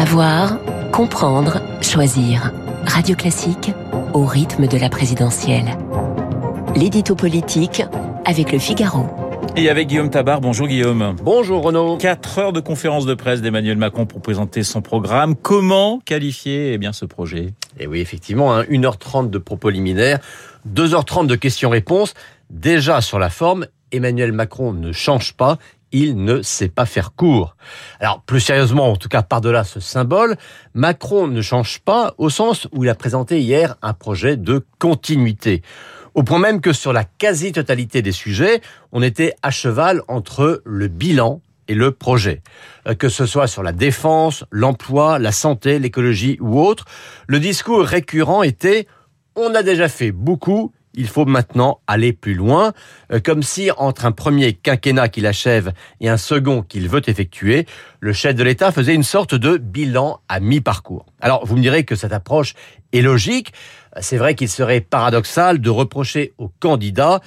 Savoir, comprendre, choisir. Radio Classique, au rythme de la présidentielle. L'édito politique avec Le Figaro. Et avec Guillaume Tabar. Bonjour Guillaume. Bonjour Renaud. 4 heures de conférence de presse d'Emmanuel Macron pour présenter son programme. Comment qualifier ce projet ? Et oui, effectivement, 1h30 de propos liminaires, 2h30 de questions-réponses. Déjà sur la forme, Emmanuel Macron ne change pas. Il ne sait pas faire court. Alors, plus sérieusement, en tout cas par-delà ce symbole, Macron ne change pas au sens où il a présenté hier un projet de continuité. Au point même que sur la quasi-totalité des sujets, on était à cheval entre le bilan et le projet. Que ce soit sur la défense, l'emploi, la santé, l'écologie ou autre, le discours récurrent était « on a déjà fait beaucoup ». Il faut maintenant aller plus loin, comme si entre un premier quinquennat qu'il achève et un second qu'il veut effectuer, le chef de l'État faisait une sorte de bilan à mi-parcours. Alors, vous me direz que cette approche est logique. C'est vrai qu'il serait paradoxal de reprocher au candidat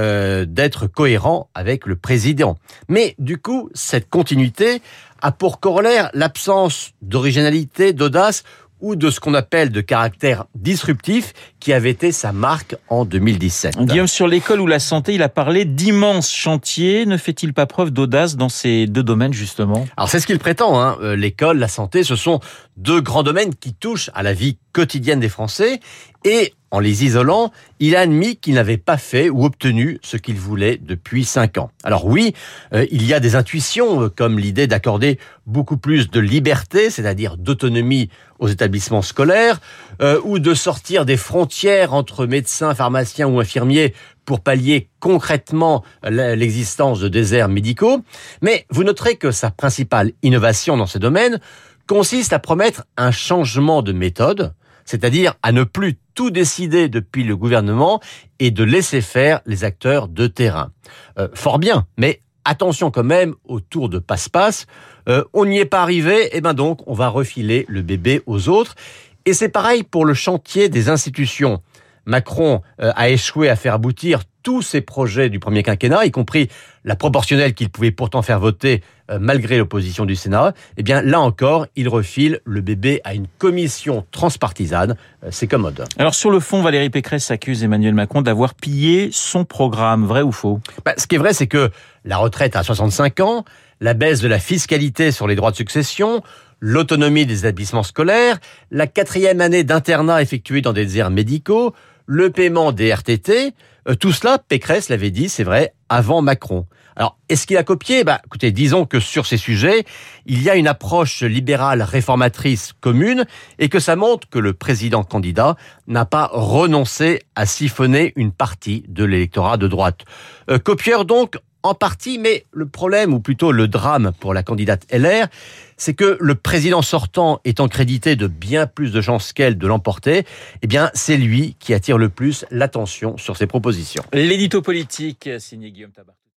d'être cohérent avec le président. Mais du coup, cette continuité a pour corollaire l'absence d'originalité, d'audace ou de ce qu'on appelle de caractère disruptif qui avait été sa marque en 2017. Guillaume, sur l'école ou la santé, il a parlé d'immenses chantiers. Ne fait-il pas preuve d'audace dans ces deux domaines, justement ? Alors c'est ce qu'il prétend. L'école, la santé, ce sont deux grands domaines qui touchent à la vie quotidienne des Français. Et en les isolant, il a admis qu'il n'avait pas fait ou obtenu ce qu'il voulait depuis 5 ans. Alors oui, il y a des intuitions, comme l'idée d'accorder beaucoup plus de liberté, c'est-à-dire d'autonomie aux établissements scolaires, ou de sortir des frontières entre médecins, pharmaciens ou infirmiers pour pallier concrètement l'existence de déserts médicaux. Mais vous noterez que sa principale innovation dans ce domaine consiste à promettre un changement de méthode, c'est-à-dire à ne plus tout décider depuis le gouvernement et de laisser faire les acteurs de terrain. Fort bien, mais attention quand même au tour de passe-passe. On n'y est pas arrivé, et donc on va refiler le bébé aux autres. Et c'est pareil pour le chantier des institutions. Macron a échoué à faire aboutir tous ses projets du premier quinquennat, y compris la proportionnelle qu'il pouvait pourtant faire voter malgré l'opposition du Sénat. Là encore, il refile le bébé à une commission transpartisane. C'est commode. Alors sur le fond, Valérie Pécresse accuse Emmanuel Macron d'avoir pillé son programme. Vrai ou faux ? Ce qui est vrai, c'est que la retraite à 65 ans, la baisse de la fiscalité sur les droits de succession, l'autonomie des établissements scolaires, la 4e année d'internat effectuée dans des déserts médicaux, le paiement des RTT, tout cela, Pécresse l'avait dit, c'est vrai, avant Macron. Alors, est-ce qu'il a copié ? Écoutez, disons que sur ces sujets, il y a une approche libérale réformatrice commune et que ça montre que le président candidat n'a pas renoncé à siphonner une partie de l'électorat de droite. Copieur donc, en partie, mais le problème, ou plutôt le drame pour la candidate LR, c'est que le président sortant étant crédité de bien plus de chances qu'elle de l'emporter, c'est lui qui attire le plus l'attention sur ses propositions. L'édito politique signé Guillaume Tabar.